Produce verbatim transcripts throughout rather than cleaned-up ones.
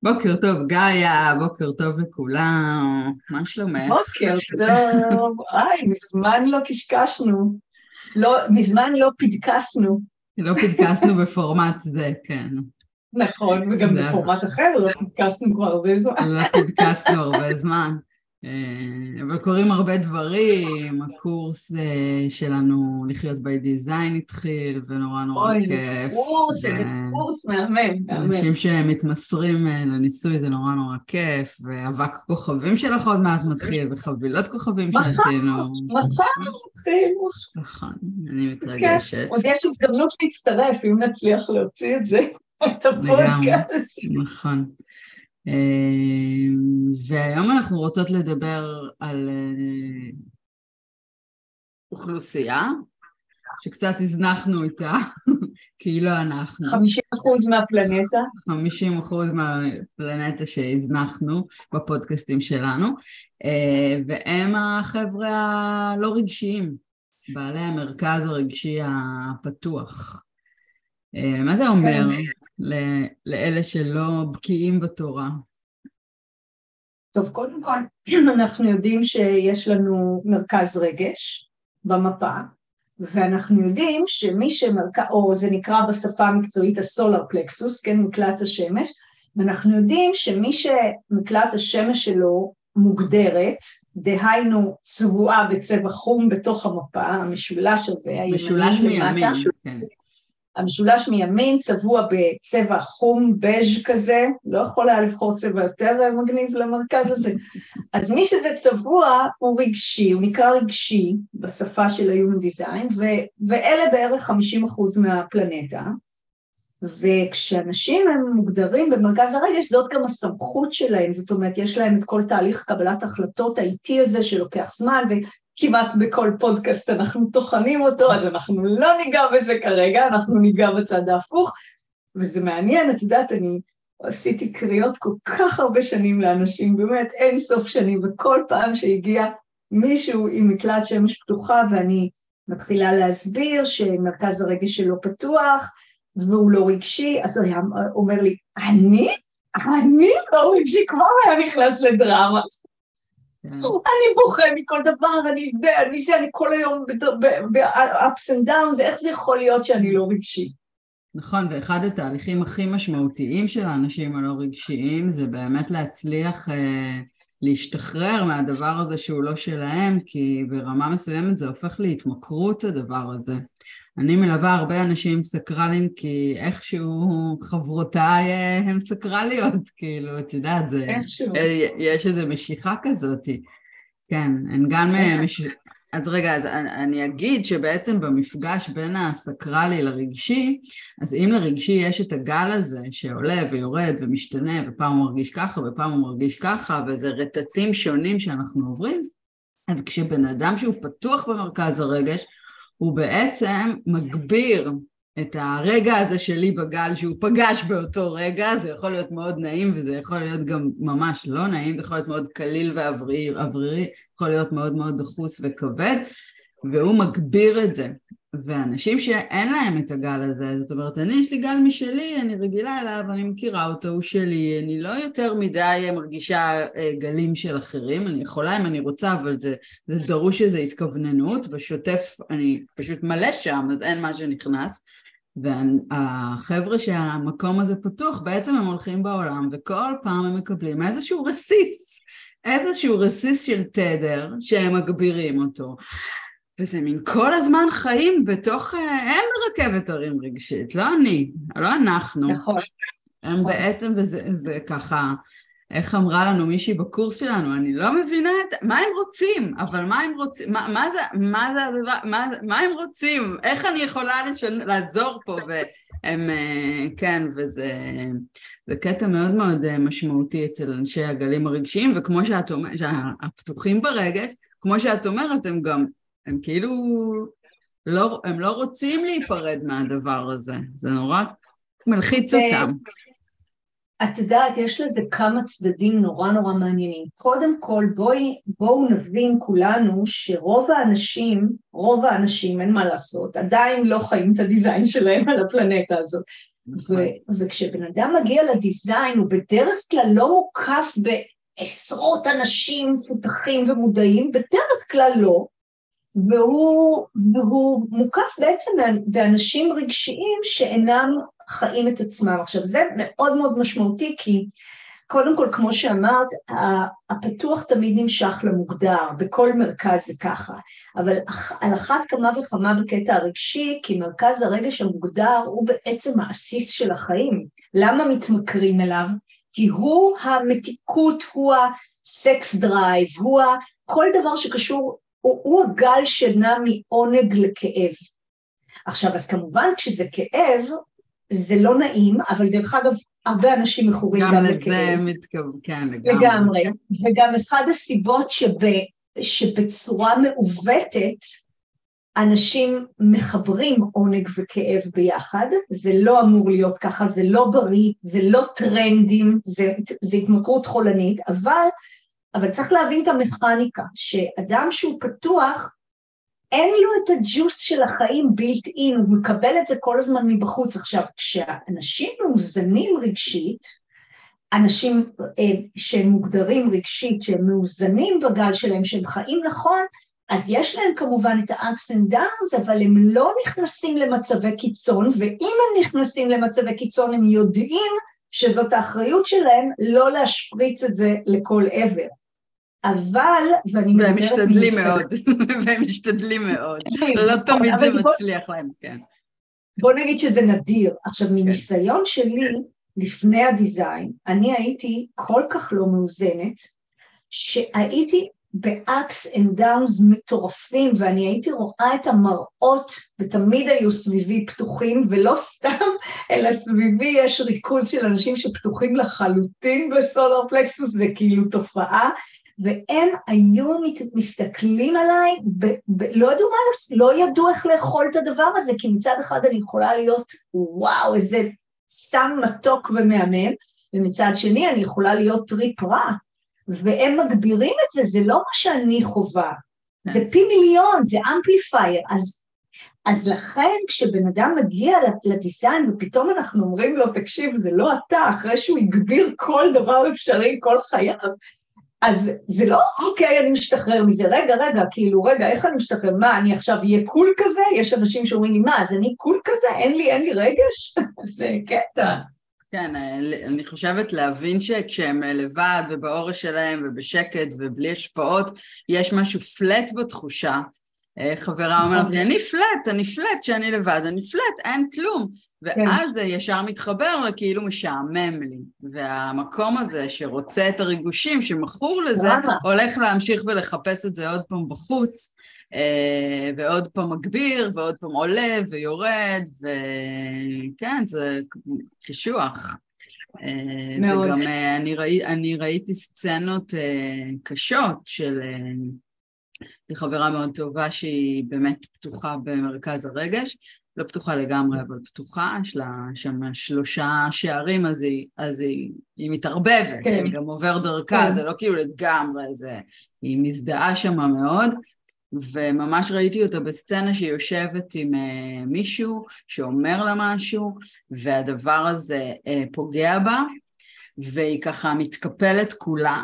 בוקר טוב, גאיה, בוקר טוב לכולם, מה שלומך? בוקר טוב, איי, מזמן לא קשקשנו, לא, מזמן לא פדקסנו, לא פודקאסטנו בפורמט זה, כן. נכון, וגם זה בפורמט אחר, לא פדקסנו כבר הרבה זמן. לא פודקאסטנו הרבה זמן, אה, אבל קורים הרבה דברים, הקורס אה, שלנו לחיות by design התחיל, ונורא נורא אוי, איזה כיף, קורס, איזה קורס, מהמם, מהמם. ואנשים שמתמסרים אה, לניסוי זה נורא נורא כיף, ואבק כוכבים שלך עוד מעט מתחיל, וחבילות כוכבים מחר, שעשינו. מחר מתחיל, נכון, אני כן, מתרגשת. עוד יש הזדמנות להצטרף, אם נצליח להוציא את זה, את לגמרי, הפודקאסט. נכון. אה, והיום אנחנו רוצות לדבר על אה, אוכלוסייה שקצת הזנחנו איתה, כי היא לא אנחנו, חמישים אחוז מהפלנטה, חמישים אחוז מהפלנטה שהזנחנו בפודקאסטים שלנו, אה, והם החבר'ה הלא רגשיים, בעלי המרכז הרגשי הפתוח. אה, מה זה כן. אומר ל- לאלה שלא בקיאים בתורה? טוב, קודם כל, אנחנו יודעים שיש לנו מרכז רגש במפה, ואנחנו יודעים שמי שמרכז, או זה נקרא בשפה המקצועית הסולר פלקסוס, כן, מקלט השמש, ואנחנו יודעים שמי שמקלט השמש שלו מוגדרת, דהיינו צבועה בצבע חום בתוך המפה, המשולש הזה, משולש הימני למטה, מימין, כן. המשולש מימין צבוע בצבע חום בז' כזה, לא יכול היה לבחור צבע יותר מגניב למרכז הזה. אז מי שזה צבוע הוא רגשי, הוא נקרא רגשי בשפה של ה-Human Design, ו- ואלה בערך חמישים אחוז מהפלנטה, וכשאנשים הם מוגדרים במרכז הרגש, זאת גם הסמכות שלהם, זאת אומרת, יש להם את כל תהליך קבלת החלטות האיטי הזה שלוקח זמן, וכמעט בכל פודקאסט אנחנו תוכנים אותו, אז אנחנו לא ניגע בזה כרגע, אנחנו ניגע בצד ההפוך, וזה מעניין, את יודעת, אני עשיתי קריאות כל כך הרבה שנים לאנשים, באמת אין סוף שנים, וכל פעם שהגיע מישהו עם מקלט שמש פתוחה, ואני מתחילה להסביר שמרכז הרגש שלו פתוח, והוא לא רגשי, אז הוא היה אומר לי, אני? אני לא רגשי, כבר היה נכנס לדרמה. אני בוכה מכל דבר, אני זה, אני זה, אני כל היום ב-ups and downs, איך זה יכול להיות שאני לא רגשי? נכון, ואחד התהליכים הכי משמעותיים של האנשים הלא רגשיים זה באמת להצליח אה, להשתחרר מהדבר הזה שהוא לא שלהם, כי ברמה מסוימת זה הופך להתמכרות הדבר הזה. אני מלווה הרבה אנשים סקרלים, כי איכשהו חברותיי הם סקרליות, כאילו, את יודעת, זה, איכשהו. יש איזו משיכה כזאת. כן, הן גם מש... אז רגע, אז אני אגיד שבעצם במפגש בין הסקרלי לרגשי, אז אם לרגשי יש את הגל הזה שעולה ויורד ומשתנה, ופעם הוא מרגיש ככה ופעם הוא מרגיש ככה, וזה רטטים שונים שאנחנו עוברים, אז כשבן אדם שהוא פתוח במרכז הרגש, הוא בעצם מגביר את הרגע הזה שלי בגל שהוא פגש באותו רגע, זה יכול להיות מאוד נעים וזה יכול להיות גם ממש לא נעים, זה יכול להיות מאוד קליל ואוורירי, יכול להיות מאוד מאוד דחוס וכבד, והוא מגביר את זה. ואנשים שאין להם את הגל הזה, זאת אומרת, אני יש לי גל משלי, אני רגילה אליו, אני מכירה אותו, הוא שלי, אני לא יותר מדי מרגישה גלים של אחרים, אני יכולה אם אני רוצה, אבל זה, זה דרוש איזו התכווננות, בשוטף אני פשוט מלא שם, אז אין מה שנכנס, והחבר'ה שהמקום הזה פתוח, בעצם הם הולכים בעולם, וכל פעם הם מקבלים איזשהו רסיס, איזשהו רסיס של תדר, שהם מגבירים אותו, וזה מין כל הזמן חיים בתוך, הם מרכבת הרים רגשית, לא אני, לא אנחנו. נכון. הם בעצם, וזה זה ככה, איך אמרה לנו מישהי בקורס שלנו, אני לא מבינה את, מה הם רוצים, אבל מה הם רוצים, מה, מה זה, מה זה הדבר, מה, מה הם רוצים, איך אני יכולה לשל, לעזור פה, והם, כן, וזה זה קטע מאוד מאוד משמעותי אצל אנשי הגלים הרגשיים, וכמו שאת אומרת, הפתוחים ברגש, כמו שאת אומרת, הם גם, הם כאילו, לא, הם לא רוצים להיפרד מהדבר הזה, זה נורא מלחיץ אותם. את יודעת, יש לזה כמה צדדים נורא נורא מעניינים. קודם כל, בואי, בואו נבין כולנו שרוב האנשים, רוב האנשים, אין מה לעשות, עדיין לא חיים את הדיזיין שלהם על הפלנטה הזאת. וכשבן אדם מגיע לדיזיין, הוא בדרך כלל לא מוקף בעשרות אנשים מפותחים ומודעים, בדרך כלל לא, והוא, והוא מוקף בעצם באנשים רגשיים שאינם חיים את עצמם. עכשיו, זה מאוד מאוד משמעותי, כי קודם כל, כמו שאמרת, הפתוח תמיד נמשך למוגדר, בכל מרכז זה ככה, אבל על אחת כמה וכמה בקטע הרגשי, כי מרכז הרגש המוגדר הוא בעצם העסיס של החיים. למה מתמכרים אליו? כי הוא המתיקות, הוא הסקס דרייב, הוא כל דבר שקשור, הוא, הוא הגל שנע מעונג לכאב. עכשיו, אז כמובן כשזה כאב, זה לא נעים, אבל דרך אגב, הרבה אנשים מכורים גם, גם לכאב. גם לזה מתכוון, כן, לגמרי. לגמרי, וגם אחד הסיבות שב, שבצורה מעוותת, אנשים מחברים עונג וכאב ביחד, זה לא אמור להיות ככה, זה לא בריא, זה לא טרנדים, זה, זה התמכרות חולנית, אבל, אבל צריך להבין את המכניקה, שאדם שהוא פתוח, אין לו את הג'וס של החיים בילט אין, הוא מקבל את זה כל הזמן מבחוץ. עכשיו, כשאנשים מאוזנים רגשית, אנשים אה, שהם מוגדרים רגשית, שהם מאוזנים בגל שלהם, שהם חיים נכון, אז יש להם כמובן את ה-ups and downs, אבל הם לא נכנסים למצבי קיצון, ואם הם נכנסים למצבי קיצון, הם יודעים שזאת האחריות שלהם לא להשפריץ את זה לכל עבר. אבל, ואני מדברת... והם משתדלים מאוד, והם משתדלים מאוד. לא תמיד זה מצליח להם, כן. בוא נגיד שזה נדיר. עכשיו, מניסיון שלי, לפני הדיזיין, אני הייתי כל כך לא מאוזנת, שהייתי ב-ups and downs מטורפים, ואני הייתי רואה את המראות, ותמיד היו סביבי פתוחים, ולא סתם, אלא סביבי יש ריכוז של אנשים שפתוחים לחלוטין בסולר פלקסוס, זה כאילו תופעה, והם היו מסתכלים עליי, ב- ב- לא ידעו מה, לא ידעו איך לאכול את הדבר הזה, כי מצד אחד אני יכולה להיות, וואו, איזה סם מתוק ומהמם, ומצד שני אני יכולה להיות טריפ רע, והם מגבירים את זה, זה לא מה שאני חובה, זה פי מיליון, זה אמפליפייר, אז, אז לכן כשבן אדם מגיע לדיזיין, ופתאום אנחנו אומרים לו, תקשיב, זה לא אתה, אחרי שהוא יגביר כל דבר אפשרי, כל חייו, אז זה לא, אוקיי, אני משתחרר מזה, רגע, רגע, כאילו, רגע, איך אני משתחרר? מה, אני עכשיו אהיה קול כזה? יש אנשים שאומרים לי, מה, אז אני קול כזה? אין לי, אין לי רגש? זה קטע. כן, אני חושבת להבין שכשהם לבד ובאורש שלהם ובשקט ובלי השפעות, יש משהו פלט בתחושה. חברה אומרת לי, אני פלט, אני פלט שאני לבד, אני פלט, אין כלום. ואז זה ישר מתחבר לכאילו משעמם לי. והמקום הזה שרוצה את הריגושים, שמכור לזה, הולך להמשיך ולחפש את זה עוד פעם בחוץ, ועוד פעם מגביר, ועוד פעם עולה ויורד, וכן, זה קשוח. מאוד. זה גם, אני, ראי, אני ראיתי סצנות קשות של... היא חברה מאוד טובה שהיא באמת פתוחה במרכז הרגש, לא פתוחה לגמרי, אבל פתוחה, יש לה שם שלושה שערים, אז היא, אז היא, היא מתערבבת, כן. זה גם עובר דרכה, כן. זה לא כאילו לגמרי, זה, היא מזדהה שם מאוד, וממש ראיתי אותה בסצנה שהיא יושבת עם uh, מישהו שאומר לה משהו, והדבר הזה uh, פוגע בה, והיא ככה מתקפלת כולה,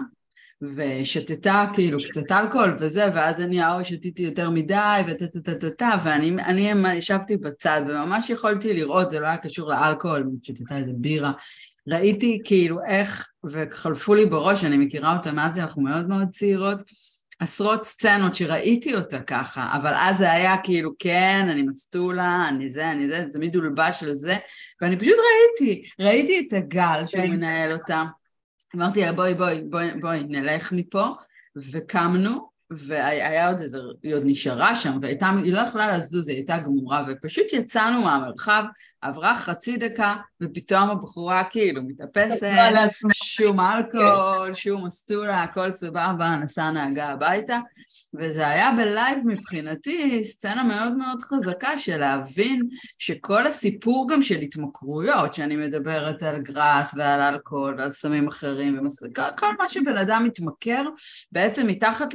ושתתה כאילו קצת אלכוהול וזה, ואז אני אוי שתיתי יותר מדי ותתתתתה, ואני אני ישבתי בצד וממש יכולתי לראות, זה לא היה קשור לאלכוהול, שתתה איזה בירה, ראיתי כאילו איך, וחלפו לי בראש, אני מכירה אותה מאז אנחנו מאוד מאוד צעירות, עשרות סצנות שראיתי אותה ככה, אבל אז זה היה כאילו כן, אני מסטולה, אני זה, אני זה, זה מדולבה של זה, ואני פשוט ראיתי, ראיתי את הגל שהוא מנהל אותה, אמרתי לה, בואי, בואי, בואי, בואי, נלך מפה, וקמנו, והיה עוד איזה, היא עוד נשארה שם, והייתה, היא לא יכולה לזוז, היא הייתה גמורה, ופשוט יצאנו מהמרחב, עברה חצי דקה, ופתאום הבחורה כאילו מתאפסת, שום אלכוהול, שום מסטולה, הכל סבבה, נסעה נהגה הביתה, וזה היה בלייב מבחינתי סצנה מאוד מאוד חזקה של להבין שכל הסיפור גם של התמכרויות, שאני מדברת על גראס ועל אלכוהול ועל סמים אחרים, ומס... כל, כל מה שבן אדם מתמכר, בעצם מתחת לזה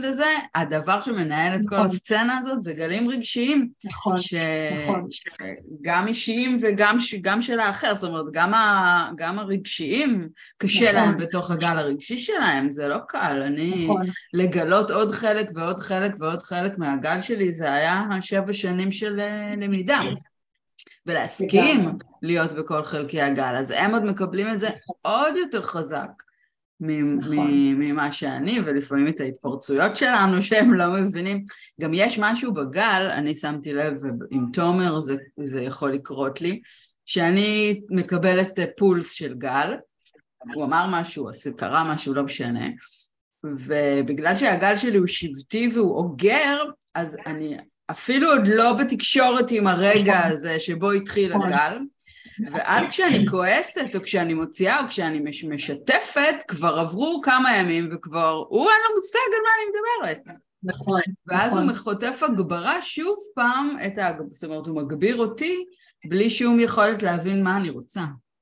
הדבר שמנהל את נכון. כל הסצנה הזאת זה גלים רגשיים, נכון, ש... נכון. שגם אישיים וגם ש... גם של האחר, זאת אומרת, גם, ה... גם הרגשיים קשה נכון. להם בתוך הגל הרגשי שלהם, זה לא קל, אני נכון. לגלות עוד חלק ועוד חלק ועוד חלק מהגל שלי, זה היה השבע שנים של למידה. ולהסכים לגמרי. להיות בכל חלקי הגל, אז הם עוד מקבלים את זה עוד יותר חזק נכון. ממה שאני, ולפעמים את ההתפרצויות שלנו שהם לא מבינים. גם יש משהו בגל, אני שמתי לב, עם תומר זה, זה יכול לקרות לי, שאני מקבלת פולס של גל, הוא אמר משהו, קרה משהו, לא משנה, ובגלל שהגל שלי הוא שבטי והוא אוגר, אז אני אפילו עוד לא בתקשורת עם הרגע הזה שבו התחיל הגל, ואז כשאני כועסת או כשאני מוציאה או כשאני משתפת, כבר עברו כמה ימים וכבר, הוא אין לו מושג על מה אני מדברת. נכון. ואז נכון. הוא מחוטף הגברה שוב פעם את ההגברה, זאת אומרת, הוא מגביר אותי בלי שום יכולת להבין מה אני רוצה.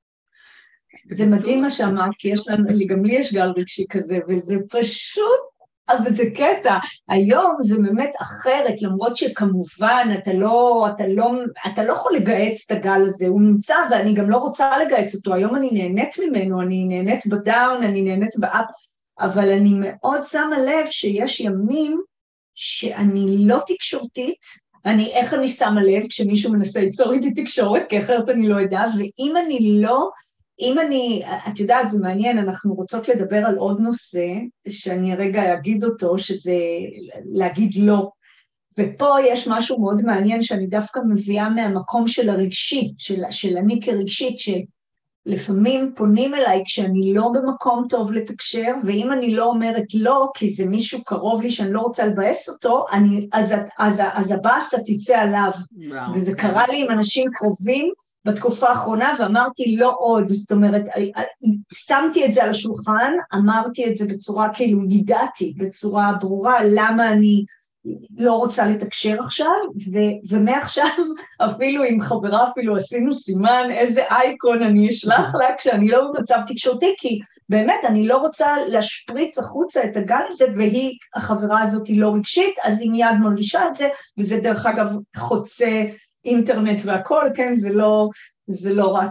זה מדהים מה שאמרת, כי יש לנו, גם לי יש גל רגשי כזה, וזה פשוט, אבל זה קטע. היום זה באמת אחרת, למרות שכמובן אתה לא, אתה לא, אתה לא יכול לגייץ את הגל הזה, הוא נמצא ואני גם לא רוצה לגייץ אותו, היום אני נהנית ממנו, אני נהנית בדאון, אני נהנית באפ, אבל אני מאוד שמה לב שיש ימים שאני לא תקשורתית, אני, איך אני שמה לב כשמישהו מנסה ליצור איתי תקשורת, כי אחרת אני לא יודע, ואם אני לא, אם אני, את יודעת, זה מעניין, אנחנו רוצות לדבר על עוד נושא, שאני רגע אגיד אותו, שזה להגיד לא, ופה יש משהו מאוד מעניין, שאני דווקא מביאה מהמקום של הרגשי, של, של אני כרגשית, שלפעמים פונים אליי כשאני לא במקום טוב לתקשר, ואם אני לא אומרת לא, כי זה מישהו קרוב לי שאני לא רוצה לבאס אותו, אני, אז, אז, אז הבאסה תצא עליו, וואו, וזה כן. קרה לי עם אנשים קרובים, בתקופה האחרונה, ואמרתי לא עוד, זאת אומרת, שמתי את זה על השולחן, אמרתי את זה בצורה, כאילו ידעתי, בצורה ברורה, למה אני לא רוצה לתקשר עכשיו, ו- ומעכשיו אפילו עם חברה אפילו עשינו סימן, איזה אייקון אני אשלח לה, כשאני לא במצב תקשורתי, כי באמת אני לא רוצה להשפריץ החוצה את הגל הזה, והיא, החברה הזאת היא לא רגשית, אז היא מיד מרגישה את זה, וזה דרך אגב חוצה, אינטרנט והכל, כן, זה לא, זה לא רק,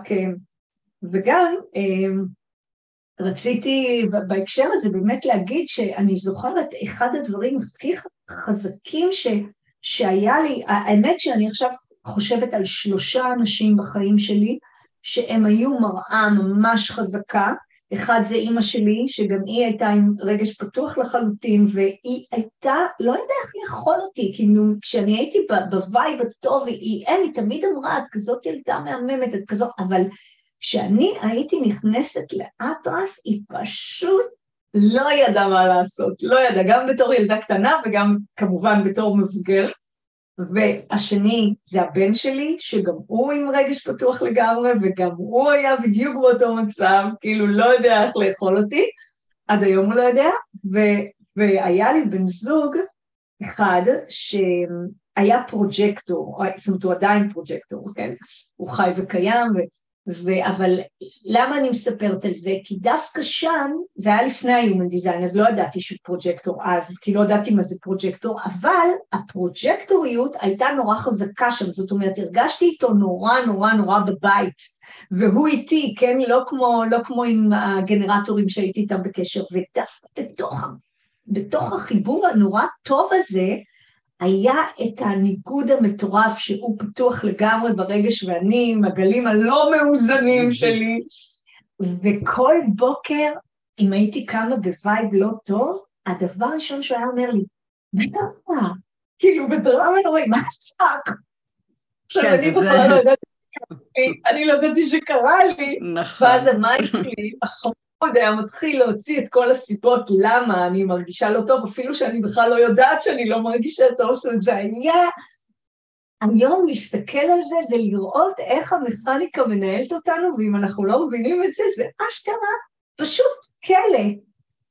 וגם רציתי בהקשר הזה באמת להגיד שאני זוכרת אחד הדברים הכי חזקים ש, שהיה לי, האמת שאני עכשיו חושבת על שלושה אנשים בחיים שלי, שהם היו מראה ממש חזקה, אחד זה אימא שלי, שגם היא הייתה עם רגש פתוח לחלוטין, והיא הייתה, לא יודע איך לאכול אותי, כי כשאני הייתי בווייב הטוב, היא, אין, היא תמיד אמרה, את כזאת ילדה מהממת, את כזאת, אבל כשאני הייתי נכנסת לאטרף, היא פשוט לא ידעה מה לעשות, לא ידעה, גם בתור ילדה קטנה, וגם כמובן בתור מבוגר, והשני זה הבן שלי, שגם הוא עם רגש פתוח לגמרי, וגם הוא היה בדיוק באותו מצב, כאילו לא יודע איך לאכול אותי, עד היום הוא לא יודע, ו- והיה לי בן זוג אחד שהיה פרוג'קטור, זאת אומרת הוא עדיין פרוג'קטור, כן? הוא חי וקיים, ו- ו- אבל למה אני מספרת על זה? כי דווקא שם, זה היה לפני ה-Human Design, אז לא ידעתי שהוא פרוג'קטור אז, כי לא ידעתי מה זה פרוג'קטור, אבל הפרוג'קטוריות הייתה נורא חזקה שם, זאת אומרת, הרגשתי איתו נורא נורא נורא בבית, והוא איתי, כן? לא כמו, לא כמו עם הגנרטורים שהייתי איתם בקשר, ודווקא בתוך, בתוך החיבור הנורא טוב הזה, היה את הניגוד המטורף שהוא פתוח לגמרי ברגש ואני עם הגלים הלא מאוזנים שלי, וכל בוקר, אם הייתי קמה בווייב לא טוב, הדבר הראשון שהוא היה אומר לי, מה? כאילו בדרמה נוראי, מה צעק? עכשיו אני בכלל לא ידעתי, אני לא ידעתי שקרה לי, ואז המים שלי, החמוד היה מתחיל להוציא את כל הסיבות למה אני מרגישה לא טוב, אפילו שאני בכלל לא יודעת שאני לא מרגישה טוב, זאת אומרת, זה היה, היום להסתכל על זה, זה לראות איך המכניקה מנהלת אותנו, ואם אנחנו לא מבינים את זה, זה אשכרה פשוט כלא,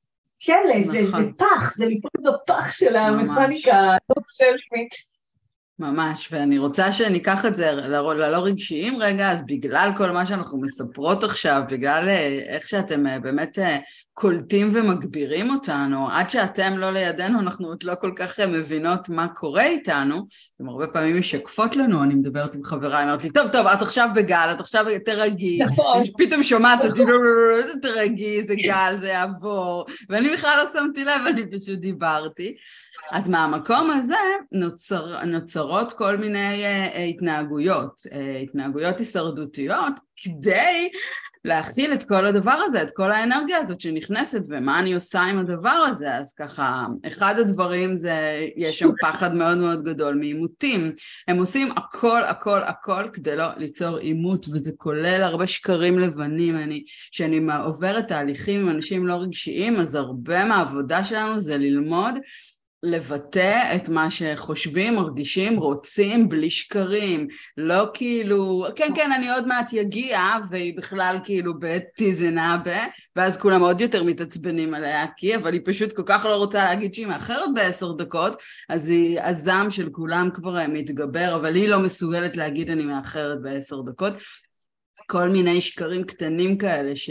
כלא, זה, זה פח, זה ליפול בפח של המכניקה, לא סלפית, ממש, ואני רוצה שניקח את זה ללא, ללא רגשיים רגע, אז בגלל כל מה שאנחנו מספרות עכשיו, בגלל איך שאתם באמת קולטים ומגבירים אותנו, עד שאתם לא לידינו, אנחנו עוד לא כל כך מבינות מה קורה איתנו, אתם הרבה פעמים משקפות לנו, אני מדברת עם חברה, היא אומרת לי, טוב, טוב, את עכשיו בגל, את עכשיו תרגי, פתאום שומעת אותי, תרגי, זה גל, זה יעבור, ואני בכלל לא שמתי לב, אני פשוט דיברתי. אז מהמקום הזה נוצר, נוצרות כל מיני uh, התנהגויות, uh, התנהגויות הישרדותיות, כדי להכיל את כל הדבר הזה, את כל האנרגיה הזאת שנכנסת, ומה אני עושה עם הדבר הזה. אז ככה, אחד הדברים זה, יש שם פחד מאוד מאוד גדול מעימותים, הם עושים הכל, הכל, הכל כדי לא ליצור עימות, וזה כולל הרבה שקרים לבנים. אני, שאני עוברת תהליכים עם אנשים לא רגשיים, אז הרבה מהעבודה שלנו זה ללמוד, לבטא את מה שחושבים, מרגישים, רוצים, בלי שקרים, לא כאילו, כן, כן, אני עוד מעט יגיע, והיא בכלל כאילו בתיזנה ב, ואז כולם עוד יותר מתעצבנים עליה, כי, אבל היא פשוט כל כך לא רוצה להגיד שהיא מאחרת בעשר דקות, אז היא, הזעם של כולם כבר מתגבר, אבל היא לא מסוגלת להגיד אני מאחרת בעשר דקות, כל מיני שקרים קטנים כאלה ש,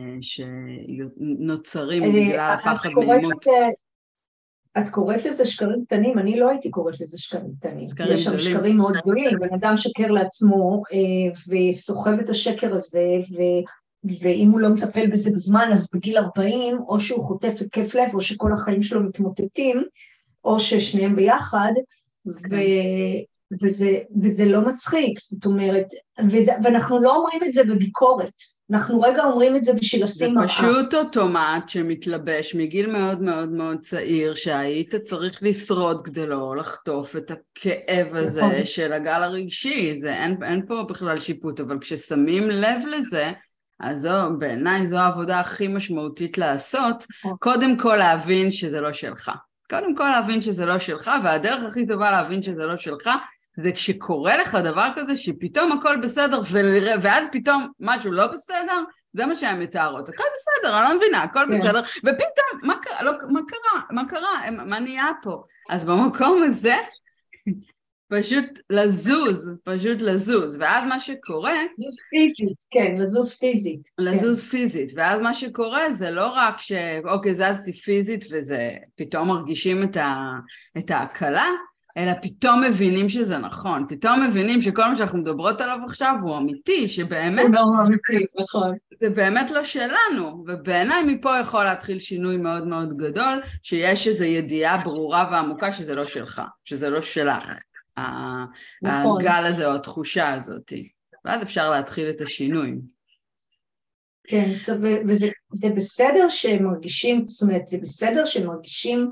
שנוצרים בגלל הפחד מאימות. את קוראת לזה שקרים קטנים, אני לא הייתי קוראת לזה שקרים קטנים. יש שם שקרים מאוד גדולים, בן אדם שקר לעצמו וסוחב את השקר הזה, ואם הוא לא מטפל בזה בזמן, אז בגיל ארבעים, או שהוא חוטף התקף לב, או שכל החיים שלו מתמוטטים, או ששניהם ביחד, ו... וזה, וזה לא מצחיק, זאת אומרת, וזה, ואנחנו לא אומרים את זה בביקורת, אנחנו רגע אומרים את זה בשביל לשים מראה. זה פשוט אוטומט שמתלבש מגיל מאוד מאוד מאוד צעיר, שהיית צריך לשרוד כדי לא לחטוף את הכאב הזה נכון. של הגל הרגשי, זה, אין, אין פה בכלל שיפוט, אבל כששמים לב לזה, אז זו, בעיניי זו העבודה הכי משמעותית לעשות, נכון. קודם כל להבין שזה לא שלך. קודם כל להבין שזה לא שלך, והדרך הכי טובה להבין שזה לא שלך, זה כשקורה לך דבר כזה שפתאום הכל בסדר, ואז פתאום משהו לא בסדר, זה מה שהם מתארות. הכל בסדר, אני לא מבינה, הכל בסדר, ופתאום, מה קרה? לא, מה קרה? מה קרה? מה נהיה פה? אז במקום הזה, פשוט לזוז, פשוט לזוז, ואז מה שקורה... לזוז פיזית, כן, לזוז פיזית. לזוז פיזית, ואז מה שקורה זה לא רק ש... אוקיי, זזתי פיזית וזה, פתאום מרגישים את ה... את ההקלה, אלא פתאום מבינים שזה נכון, פתאום מבינים שכל מה שאנחנו מדברות עליו עכשיו הוא אמיתי, שבאמת... הוא לא אמיתי, נכון. זה באמת לא שלנו, ובעיניי מפה יכול להתחיל שינוי מאוד מאוד גדול, שיש איזו ידיעה ברורה ועמוקה שזה לא שלך, שזה לא שלך. הגל הזה או התחושה הזאת, ואז אפשר להתחיל את השינוי. כן, וזה בסדר שהם מרגישים, זאת אומרת, זה בסדר שהם מרגישים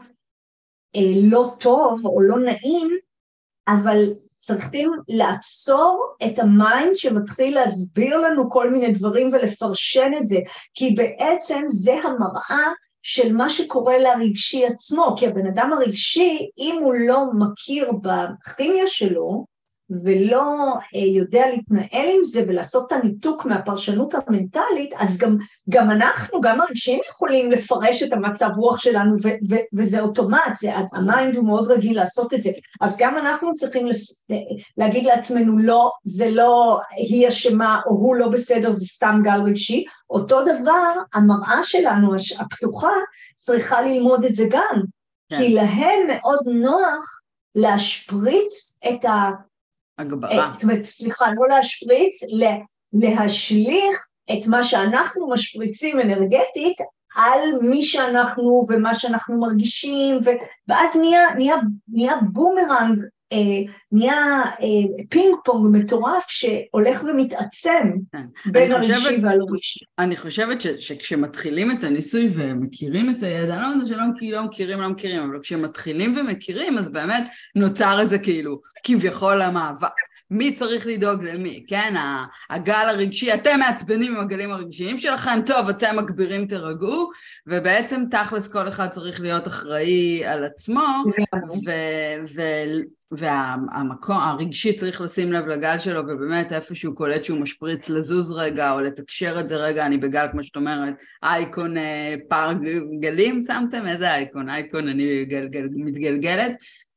לא טוב או לא נעים, אבל צריכים לעצור את המיינד שמתחיל להסביר לנו כל מיני דברים ולפרשן את זה, כי בעצם זה המראה של מה שקורה לרגשי עצמו, כי הבן אדם הרגשי, אם הוא לא מכיר בכימיה שלו, ולא יודע להתנהל עם זה ולעשות את הניתוק מהפרשנות המנטלית, אז גם, גם אנחנו, גם הרגשים יכולים לפרש את המצב רוח שלנו, ו- ו- וזה אוטומט, זה, המיינד הוא מאוד רגיל לעשות את זה, אז גם אנחנו צריכים לס- להגיד לעצמנו, לא, זה לא היא אשמה, או הוא לא בסדר, זה סתם גל רגשי, אותו דבר, המראה שלנו, הפתוחה, צריכה ללמוד את זה גם, כן. כי להם מאוד נוח להשפריץ את ה... הגברה. זאת אומרת, סליחה, לא להשפריץ, להשליך את מה שאנחנו משפריצים אנרגטית על מי שאנחנו ומה שאנחנו מרגישים, ואז נהיה, נהיה, נהיה בומרנג, נהיה פינג פונג מטורף שהולך ומתעצם בין הרגשי והלא רגשי. אני חושבת שכשמתחילים את הניסוי ומכירים את הידע, אני לא יודעת שלא מכירים, לא מכירים, אבל כשמתחילים ומכירים, אז באמת נוצר איזה כאילו, כביכול המאבק. מי צריך לדאוג למי, כן? הגל הרגשי, אתם מעצבנים עם הגלים הרגשיים שלכם, טוב, אתם מגבירים, תרגעו, ובעצם תכלס כל אחד צריך להיות אחראי על עצמו, והמקום הרגשי צריך לשים לב לגל שלו, ובאמת איפשהו קולט שהוא משפריץ לזוז רגע, או לתקשר את זה רגע, אני בגל, כמו שאת אומרת, אייקון פער גלים, שמתם? איזה אייקון? אייקון, אני מתגלגלת.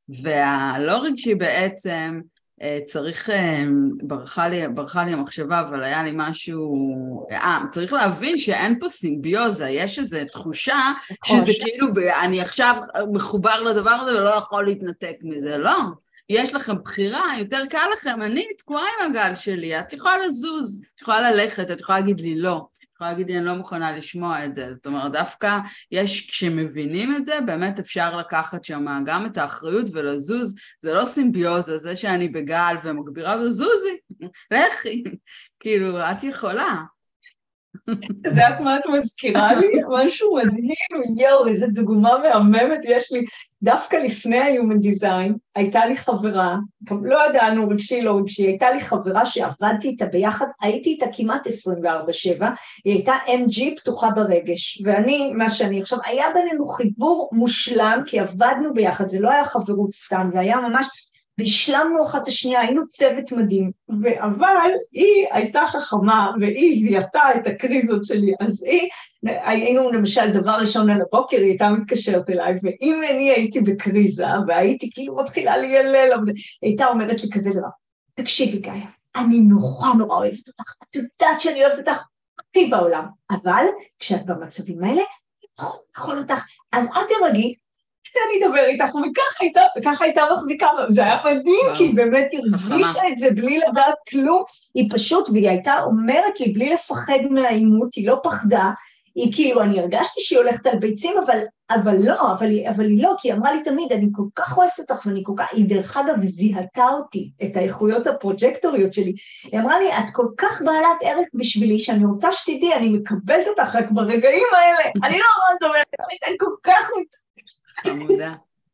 והלא רגשי בעצם צריך, ברכה לי, ברכה לי המחשבה, אבל היה לי משהו, אה, צריך להבין שאין פה סימביוזה, יש איזו תחושה שזה כאילו, אני עכשיו מחובר לדבר הזה ולא יכול להתנתק מזה, לא. יש לכם בחירה, יותר קל לכם, אני תקועה עם הגל שלי, את יכולה לזוז, את יכולה ללכת, את יכולה להגיד לי לא, את יכולה להגיד לי אני לא מוכנה לשמוע את זה, זאת אומרת דווקא יש, כשמבינים את זה, באמת אפשר לקחת שם גם את האחריות ולזוז, זה לא סימביוזה, זה שאני בגל ומגבירה וזוזי, לכי, כאילו את יכולה. אתה יודעת מה את מזכירה לי? משהו מדהים, יואו, איזו דוגמה מהממת יש לי. דווקא לפני ה-Human Design, הייתה לי חברה, לא ידענו רגשי, לא רגשי, הייתה לי חברה שעבדתי איתה ביחד, הייתי איתה כמעט עשרים וארבע שבע, היא הייתה אם ג'י פתוחה ברגש, ואני, מה שאני עכשיו, היה בינינו חיבור מושלם, כי עבדנו ביחד, זה לא היה חברות סתם, זה היה ממש, והשלמנו אחת השנייה, היינו צוות מדהים, אבל היא הייתה חכמה, והיא זיהתה את הקריזות שלי, אז היא, היינו למשל דבר ראשון על הבוקר, היא הייתה מתקשרת אליי, ואם אני הייתי בקריזה, והייתי כאילו מתחילה לילל, היא הייתה אומרת לי כזה דבר, תקשיבי גיא, אני נורא נורא אוהבת אותך, את יודעת שאני אוהבת אותך הכי בעולם, אבל כשאת במצבים האלה, אני יכול אותך, אז אל תרגי, אני אדבר איתך, וככה הייתה מחזיקה, זה היה מדהים, כי היא באמת הרגישה את זה בלי לדעת כלום, היא פשוט, והיא הייתה אומרת לי, בלי לפחד מהאימות, היא לא פחדה, היא כאילו, אני הרגשתי שהיא הולכת על ביצים, אבל, אבל לא, אבל, אבל היא לא, כי היא אמרה לי תמיד, אני כל כך אוהבת אותך, ואני כל כך, היא דרך אגב זיהתה אותי, את האיכויות הפרוג'קטוריות שלי, היא אמרה לי, את כל כך בעלת ערך בשבילי, שאני רוצה שתדעי, אני מקבלת אותך רק ברגעים האלה, אני לא אומרת, אני כל כך חמודה.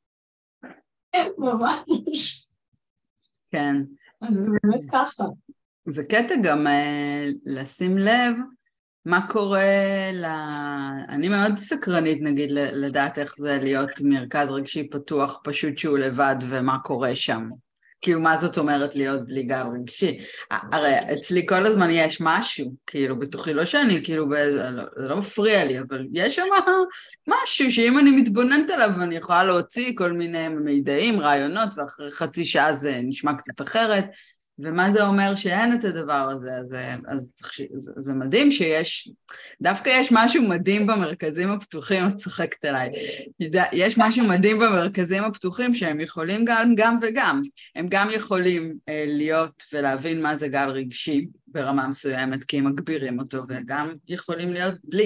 ממש. כן. אז זה באמת ככה. זה קטע גם לשים לב מה קורה ל... אני מאוד סקרנית נגיד לדעת איך זה להיות מרכז רגשי פתוח פשוט שהוא לבד ומה קורה שם. כאילו מה זאת אומרת להיות בלי גל רגשי? הרי אצלי כל הזמן יש משהו, כאילו בתוכי, לא שאני, כאילו זה לא מפריע לי, אבל יש שם משהו שאם אני מתבוננת עליו אני יכולה להוציא כל מיני מידעים, רעיונות, ואחרי חצי שעה זה נשמע קצת אחרת, ומה זה אומר שאין את הדבר הזה, אז, אז זה, זה מדהים שיש, דווקא יש משהו מדהים במרכזים הפתוחים, את צוחקת עליי, יש משהו מדהים במרכזים הפתוחים שהם יכולים גם, גם וגם, הם גם יכולים אה, להיות ולהבין מה זה גל רגשי ברמה מסוימת, כי הם מגבירים אותו, וגם יכולים להיות בלי.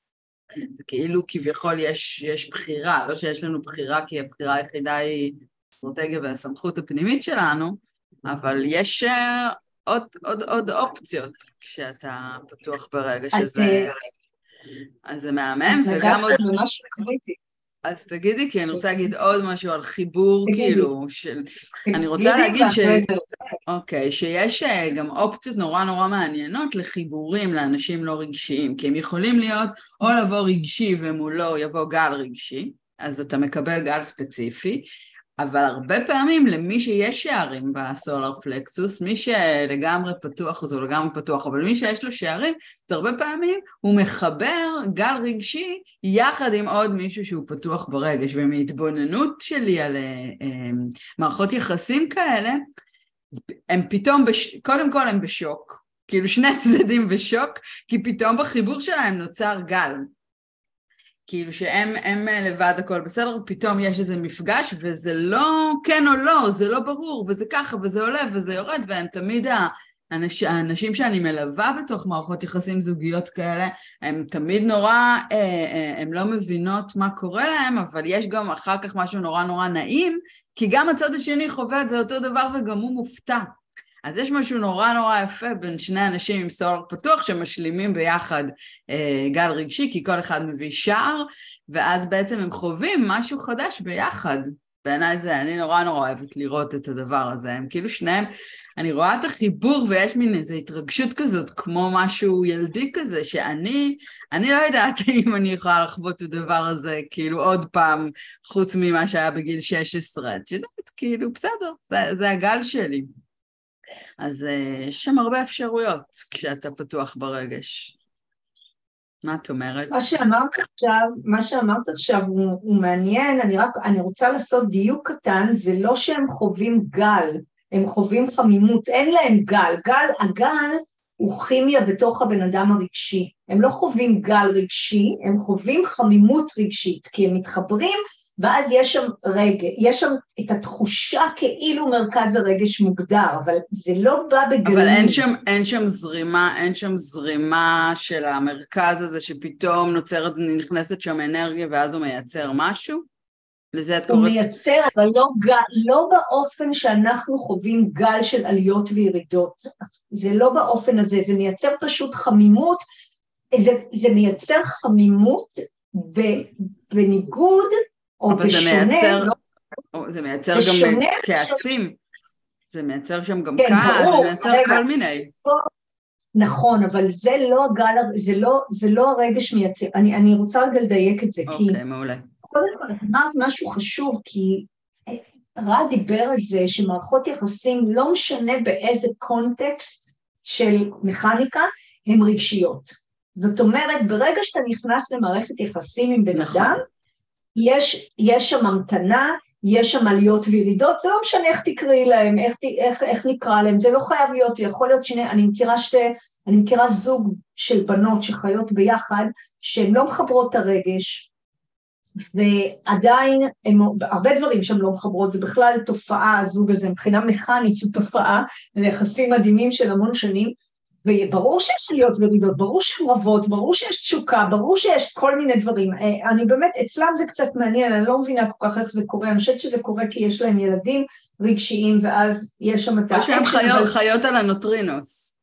כאילו כביכול יש, יש בחירה, לא שיש לנו בחירה, כי הבחירה היחידה היא אסטרטגיה והסמכות הפנימית שלנו, אבל יש עוד, עוד, עוד אופציות כשאתה פתוח ברגע שזה, אז זה מהמם וגם עוד משהו קריטי. אז תגידי, כי אני רוצה להגיד עוד משהו על חיבור, כאילו, של... אני רוצה להגיד ש... אוקיי, שיש גם אופציות נורא נורא מעניינות לחיבורים לאנשים לא רגשיים, כי הם יכולים להיות או לבוא רגשי ומולו יבוא גל רגשי, אז אתה מקבל גל ספציפי, אבל הרבה פעמים למי שיש שערים בסולר פלקסוס, מי שלגמרי פתוח, זה לגמרי פתוח, אבל מי שיש לו שערים, זה הרבה פעמים הוא מחבר גל רגשי יחד עם עוד מישהו שהוא פתוח ברגש, ומהתבוננות שלי על מערכות יחסים כאלה, הם פתאום, בש... קודם כל הם בשוק, כאילו שני הצדדים בשוק, כי פתאום בחיבור שלהם נוצר גל. כאילו שהם הם לבד הכל בסדר, פתאום יש איזה מפגש וזה לא כן או לא, זה לא ברור, וזה ככה וזה עולה וזה יורד, והם תמיד האנש, האנשים שאני מלווה בתוך מערכות יחסים זוגיות כאלה, הם תמיד נורא, הם לא מבינות מה קורה להם, אבל יש גם אחר כך משהו נורא נורא נעים, כי גם הצד השני חווה את זה אותו דבר וגם הוא מופתע. אז יש משהו נורא נורא יפה בין שני אנשים עם סולר פתוח שמשלימים ביחד אה, גל רגשי, כי כל אחד מביא שער, ואז בעצם הם חווים משהו חדש ביחד. בעיניי זה, אני נורא נורא אוהבת לראות את הדבר הזה. הם כאילו שניהם, אני רואה את החיבור ויש מין איזו התרגשות כזאת, כמו משהו ילדי כזה, שאני, אני לא יודעת אם אני יכולה לחוות את הדבר הזה, כאילו עוד פעם, חוץ ממה שהיה בגיל שש עשרה. את יודעת, כאילו, בסדר, זה, זה הגל שלי. אז יש שם הרבה אפשרויות כשאתה פתוח ברגש. מה את אומרת? מה שאמרת עכשיו, מה שאמרת עכשיו הוא, הוא מעניין, אני רק, אני רוצה לעשות דיוק קטן, זה לא שהם חווים גל, הם חווים חמימות, אין להם גל, גל, הגל הוא כימיה בתוך הבן אדם הרגשי, הם לא חווים גל רגשי, הם חווים חמימות רגשית, כי הם מתחברים, ואז יש שם רגע, יש שם את התחושה כאילו מרכז הרגש מוגדר, אבל זה לא בא בגלים. אבל אין שם, אין שם זרימה, אין שם זרימה של המרכז הזה שפתאום נוצרת, נכנסת שם אנרגיה ואז הוא מייצר משהו? לזה את הוא קוראת? הוא מייצר, אבל לא, לא באופן שאנחנו חווים גל של עליות וירידות. זה לא באופן הזה, זה מייצר פשוט חמימות, זה, זה מייצר חמימות בניגוד, או אבל בשונה, זה מייצר, לא, זה מייצר בשונה, גם כעסים, זה מייצר שם גם כן, כעס, ברור, זה מייצר רגע, כל מיני. נכון, אבל זה לא הגל, זה לא, זה לא הרגש מייצר, אני, אני רוצה רגע לדייק את זה, אוקיי, כי מעולה. קודם כל את אמרת משהו חשוב, כי רע דיבר על זה שמערכות יחסים לא משנה באיזה קונטקסט של מכניקה, הן רגשיות. זאת אומרת, ברגע שאתה נכנס למערכת יחסים עם בן נכון. אדם, יש, יש שם המתנה, יש שם עליות וירידות, זה לא משנה איך תקראי להם, איך, איך, איך נקרא להם, זה לא חייב להיות, זה יכול להיות שני, אני מכירה שתי, אני מכירה זוג של בנות שחיות ביחד, שהן לא מחברות את הרגש, ועדיין, הם, הרבה דברים שהן לא מחברות, זה בכלל תופעה, הזוג הזה, מבחינה מכנית זו תופעה, ליחסים מדהימים של המון שנים, וברור שיש עליות וירידות, ברור שהן רבות, ברור שיש תשוקה, ברור שיש כל מיני דברים. אני באמת, אצלם זה קצת מעניין, אני לא מבינה כל כך איך זה קורה, אני חושבת שזה קורה כי יש להם ילדים רגשיים, ואז יש שם את או שהם האקשן, חיות, אבל... חיות על הנוטרינוס.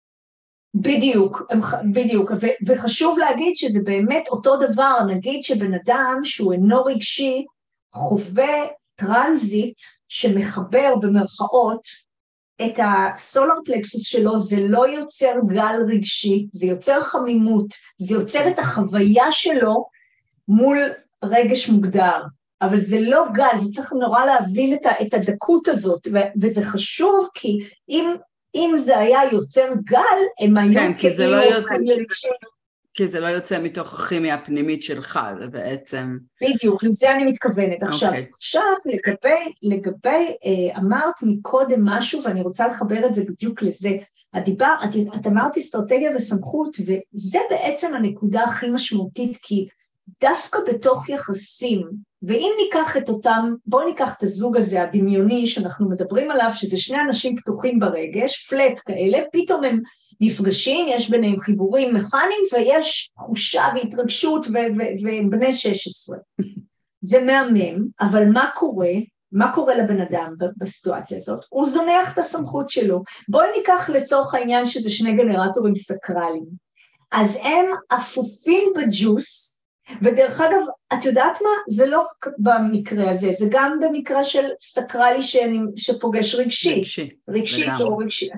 בדיוק, בדיוק, ו- וחשוב להגיד שזה באמת אותו דבר, נגיד שבן אדם שהוא אינו רגשי, חווה טרנזיט שמחבר במרכאות, את הסולר פלקסוס שלו, זה לא יוצר גל רגשי, זה יוצר חמימות, זה יוצר את החוויה שלו מול רגש מוגדר, אבל זה לא גל, זה צריך נורא להבין את, ה- את הדקות הזאת, ו- וזה חשוב, כי אם, אם זה היה יוצר גל, הם היו כן, כי זה לא יוצא, לרגשי. כי זה לא יוצא מתוך הכימיה הפנימית שלך, זה בעצם... בדיוק, לזה אני מתכוונת. עכשיו, okay. עכשיו לגבי, לגבי, אה, אמרת מקודם משהו, ואני רוצה לחבר את זה בדיוק לזה. את, דיבר, את, את אמרת אסטרטגיה וסמכות, וזה בעצם הנקודה הכי משמעותית, כי דווקא בתוך יחסים, ואם ניקח את אותם, בואו ניקח את הזוג הזה הדמיוני שאנחנו מדברים עליו, שזה שני אנשים פתוחים ברגש, פלט כאלה, פתאום הם נפגשים, יש ביניהם חיבורים מכניים, ויש תחושה והתרגשות והם בני שש עשרה. זה מהמם, אבל מה קורה? מה קורה לבן אדם בסיטואציה הזאת? הוא זונח את הסמכות שלו. בואי ניקח לצורך העניין שזה שני גנרטורים סקרליים. אז הם אפופים בג'וס, ודרך אגב, את יודעת מה? זה לא במקרה הזה, זה גם במקרה של סקרלי שפוגש רגשי. רגשי. רגשי או רגשי.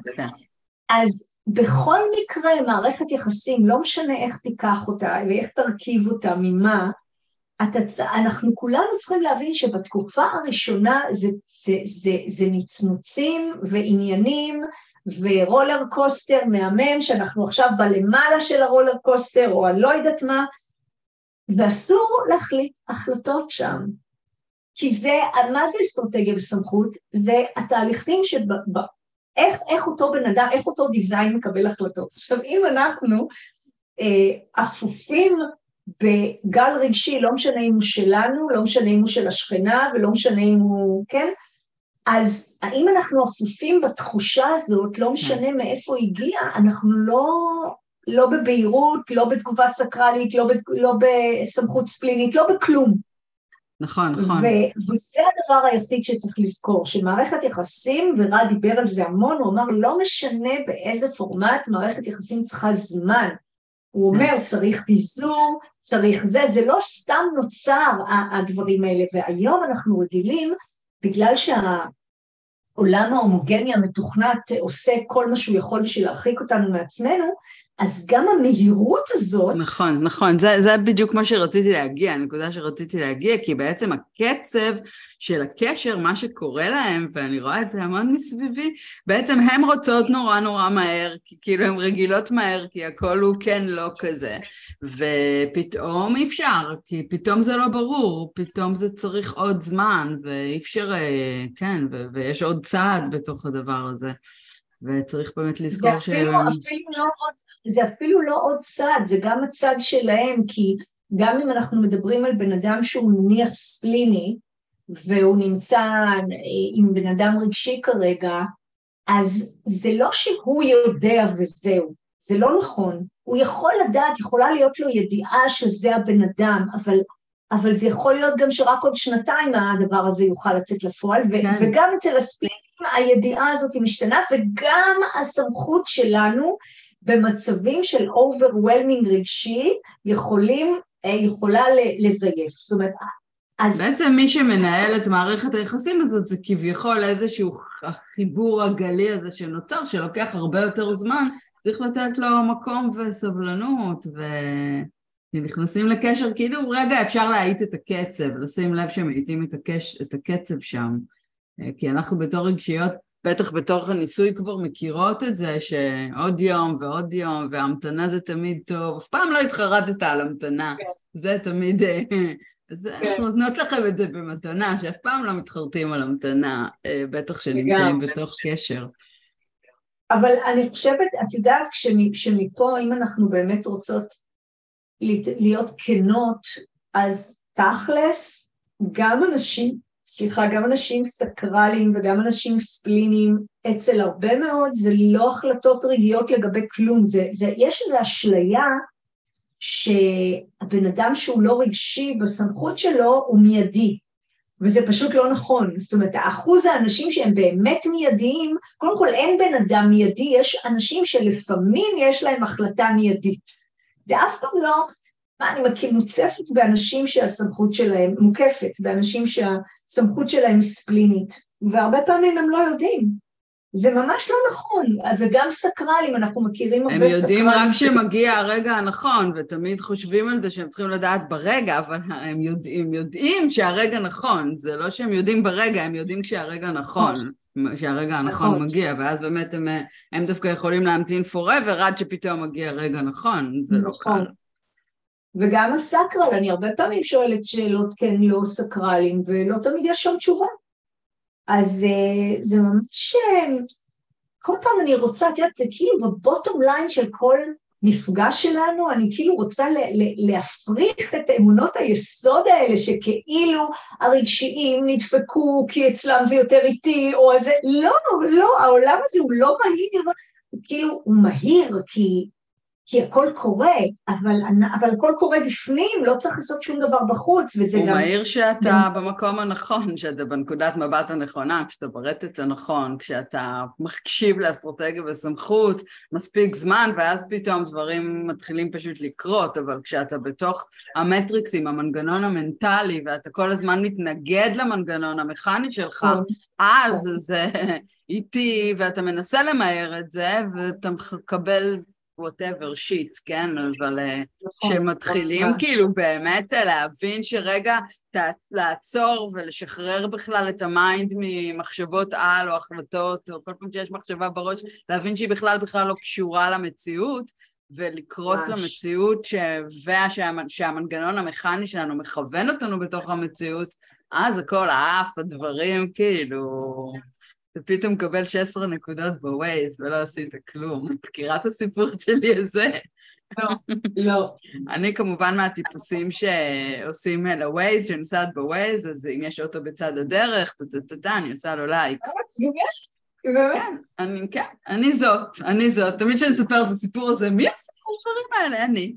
אז בכל מקרה, מערכת יחסים, לא משנה איך תיקח אותה, ואיך תרכיב אותה, ממה, אנחנו כולנו צריכים להבין שבתקופה הראשונה זה, זה, זה, זה נצנוצים ועניינים, ורולר קוסטר מהמם, שאנחנו עכשיו בלמעלה של הרולר קוסטר, או אני לא יודעת מה, ואסור להחליט החלטות שם. כי זה, מה זה אסטרטגיה וסמכות? זה התהליכים שב... איך, איך אותו בן אדם, איך אותו דיזיין מקבל החלטות. עכשיו, אם אנחנו אה, אפופים בגל רגשי, לא משנה אם הוא שלנו, לא משנה אם הוא של השכנה, ולא משנה אם הוא, כן? אז האם אנחנו אפופים בתחושה הזאת, לא משנה מאיפה הגיע, אנחנו לא, לא בבהירות, לא בתגובה סקרלית, לא, ב, לא בסמכות ספלינית, לא בכלום. נכון, נכון. ו- וזה הדבר היחיד שצריך לזכור, שמערכת יחסים, ורע דיבר על זה המון, הוא אמר, לא משנה באיזה פורמט מערכת יחסים צריכה זמן. הוא אומר, צריך פיזור, צריך זה, זה לא סתם נוצר הדברים האלה, והיום אנחנו רגילים, בגלל שהעולם ההומוגני המתוכנת עושה כל מה שהוא יכול בשביל להרחיק אותנו מעצמנו, אז גם המהירות הזאת... נכון, נכון, זה, זה בדיוק מה שרציתי להגיע, הנקודה שרציתי להגיע, כי בעצם הקצב של הקשר, מה שקורה להם, ואני רואה את זה המון מסביבי, בעצם הן רוצות נורא נורא מהר, כי כאילו הן רגילות מהר, כי הכל הוא כן לא כזה, ופתאום אי אפשר, כי פתאום זה לא ברור, פתאום זה צריך עוד זמן, ואי אפשר, כן, ו- ויש עוד צעד בתוך הדבר הזה. וצריך באמת לזכור ש... זה אפילו, אפילו לא עוד, זה אפילו לא עוד צד, זה גם הצד שלהם, כי גם אם אנחנו מדברים על בן אדם שהוא נניח ספליני, והוא נמצא עם בן אדם רגשי כרגע, אז זה לא שהוא יודע וזהו, זה לא נכון. הוא יכול לדעת, יכולה להיות לו ידיעה שזה הבן אדם, אבל, אבל זה יכול להיות גם שרק עוד שנתיים הדבר הזה יוכל לצאת לפועל, ו- כן. וגם אצל הספליני, הידיעה הזאת היא משתנה, וגם הסמכות שלנו במצבים של overwhelming רגשי יכולים, יכולה לזייף. זאת אומרת, אז... בעצם מי שמנהל את מערכת היחסים הזאת זה כביכול איזשהו חיבור הגלי הזה שנוצר, שלוקח הרבה יותר זמן, צריך לתת לו מקום וסבלנות, ונכנסים לקשר, כאילו רגע אפשר להאיט את הקצב, לשים לב שמאיטים את, הקש... את הקצב שם. כי אנחנו בתור רגשיות, בטח בתוך הניסוי כבר מכירות את זה, שעוד יום ועוד יום, וההמתנה זה תמיד טוב, אף פעם לא התחרטת על המתנה, זה תמיד, אז אנחנו נותנות לכם את זה במתנה, שאף פעם לא מתחרטים על המתנה, בטח שנמצאים בתוך קשר. אבל אני חושבת, את יודעת, כשמפה, אם אנחנו באמת רוצות להיות כנות, אז תכלס, גם אנשים, סליחה, גם אנשים סקרליים וגם אנשים ספליניים, אצל הרבה מאוד, זה לא החלטות רגעיות לגבי כלום, זה, זה, יש איזו אשליה שהבן אדם שהוא לא רגשי בסמכות שלו הוא מיידי, וזה פשוט לא נכון. זאת אומרת, האחוז האנשים שהם באמת מיידיים, קודם כל אין בן אדם מיידי, יש אנשים שלפעמים יש להם החלטה מיידית. זה אף פעם לא... מה, אני מכיר מוצפת באנשים שהסמכות שלהם מוקפת, באנשים שהסמכות שלהם היא ספלינית, והרבה פעמים הם לא יודעים. זה ממש לא נכון, וגם סקרלים, אנחנו מכירים הרבה סקרלים. הם יודעים רק שמגיע הרגע הנכון, ותמיד חושבים על זה שהם צריכים לדעת ברגע, אבל הם יודעים, יודעים שהרגע נכון, זה לא שהם יודעים ברגע, הם יודעים כשהרגע נכון, שהרגע הנכון מגיע, ואז באמת הם, הם דווקא יכולים להמתין forever, עד שפתאום מגיע רגע נכון, זה לא קל. וגם הסקרל, אני הרבה פעמים שואלת שאלות כן לא סקרלים, ולא תמיד יש שם תשובה. אז זה ממש, כל פעם אני רוצה, את יודעת, כאילו בבוטום ליין של כל מפגש שלנו, אני כאילו רוצה להפריך את האמונות היסוד האלה, שכאילו הרגשיים נדפקו, כי אצלם זה יותר איטי, או איזה, לא, לא, העולם הזה הוא לא מהיר, כאילו הוא מהיר, כי... כי הכל קורה, אבל, אבל הכל קורה בפנים, לא צריך לעשות שום דבר בחוץ, וזה הוא גם... הוא מהיר שאתה במקום הנכון, שאתה בנקודת מבט הנכונה, כשאתה ברטט הנכון, כשאתה מקשיב לאסטרטגיה וסמכות, מספיק זמן, ואז פתאום דברים מתחילים פשוט לקרות, אבל כשאתה בתוך המטריקסים, המנגנון המנטלי, ואתה כל הזמן מתנגד למנגנון המכני שלך, אז זה איטי, ואתה מנסה למהר את זה, ואתה מקבל... whatever shit, כן? אבל שמתחילים כאילו באמת להבין שרגע לעצור ולשחרר בכלל את המיינד ממחשבות על או החלטות, או כל פעם שיש מחשבה בראש, להבין שהיא בכלל בכלל לא קשורה למציאות, ולקרוס למציאות שהמנגנון המכני שלנו מכוון אותנו בתוך המציאות, אז הכל האף, הדברים כאילו... ופתאום מקבל שש עשרה נקודות בווייז, ולא עשית כלום. מכירה את הסיפור שלי הזה? לא, לא. אני כמובן מהטיפוסים שעושים לווייז, שנוסעת בווייז, אז אם יש אוטו בצד הדרך, תתתתה, אני עושה לו לייק. כן, אני, כן, אני זאת, אני זאת. תמיד שאני אספר את הסיפור הזה, מי עושה את הדברים האלה? אני.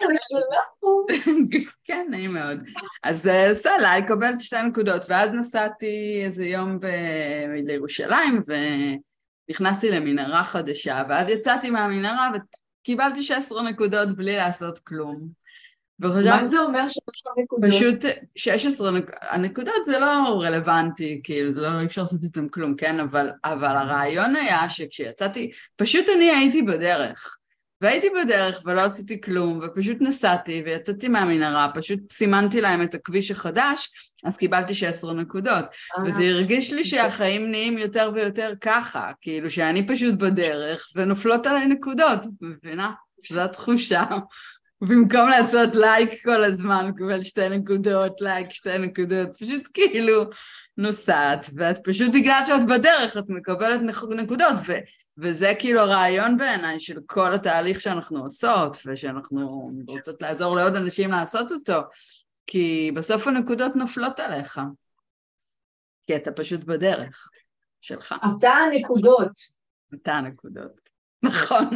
כן, נעים מאוד. אז עושה לה, יקבלת שתי נקודות, ואז נסעתי איזה יום לירושלים, ונכנסתי למנהרה חדשה, ואז יצאתי מהמנהרה, וקיבלתי שש עשרה נקודות בלי לעשות כלום. מה זה אומר שש עשרה נקודות? פשוט שש עשרה הנקודות זה לא רלוונטי, כאילו, לא אפשר לעשות איתם כלום, כן? אבל, אבל הרעיון היה שכשיצאתי, פשוט אני הייתי בדרך. והייתי בדרך ולא עשיתי כלום, ופשוט נסעתי ויצאתי מהמנהרה, פשוט סימנתי להם את הכביש החדש, אז קיבלתי שש עשרה נקודות. וזה הרגיש לי שהחיים נהיים יותר ויותר ככה, כאילו שאני פשוט בדרך ונופלות עליי נקודות, מבינה? זו התחושה. במקום לעשות לייק כל הזמן, קבל שתי נקודות, לייק שתי נקודות, פשוט כאילו נוסעת, ואת פשוט בגלל שאת בדרך, את מקבלת נקודות, ו... וזה כאילו הרעיון בעיניי של כל התהליך שאנחנו עושות, ושאנחנו רוצות לעזור לעוד אנשים לעשות אותו, כי בסוף הנקודות נופלות עליך, כי אתה פשוט בדרך שלך. אתה הנקודות. אתה הנקודות, נכון.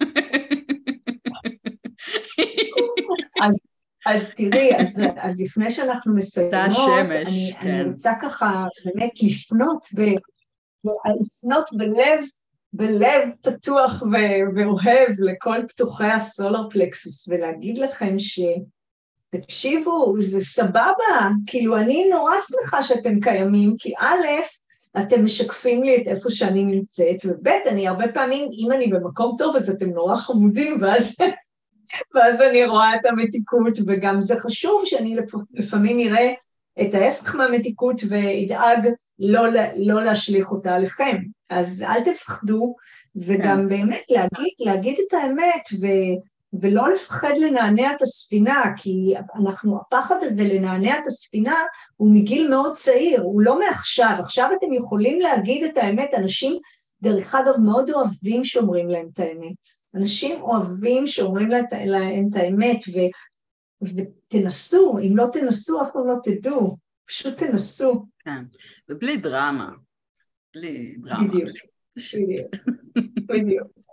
אז, אז תראי, אז, אז לפני שאנחנו מסיימות, השמש, אני, כן. אני רוצה ככה באמת לפנות, ב, לפנות בלב, בלב פתוח ו- ואוהב לכל פתוחי הסולר פלקסוס, ולהגיד לכם שתקשיבו, זה סבבה, כאילו אני נורא שמחה שאתם קיימים, כי א', אתם משקפים לי את איפה שאני נמצאת, וב', אני הרבה פעמים, אם אני במקום טוב, אז אתם נורא חמודים, ואז... ואז אני רואה את המתיקות, וגם זה חשוב שאני לפעמים אראה את ההפך מהמתיקות, וידאג לא, לא להשליך אותה עליכם. אז אל תפחדו, וגם באמת להגיד, להגיד את האמת, ו, ולא לפחד לנענע את הספינה, כי אנחנו, הפחד הזה לנענע את הספינה, הוא מגיל מאוד צעיר, הוא לא מעכשיו. עכשיו אתם יכולים להגיד את האמת, אנשים, דרך אגב, מאוד אוהבים שאומרים להם את האמת. אנשים אוהבים שאומרים להם את האמת, ו, ותנסו, אם לא תנסו, אף פעם לא תדעו, פשוט תנסו. כן, ובלי דרמה, בלי דרמה. בדיוק, בדיוק, בדיוק.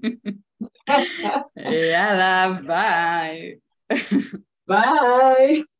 יאללה, ביי. ביי.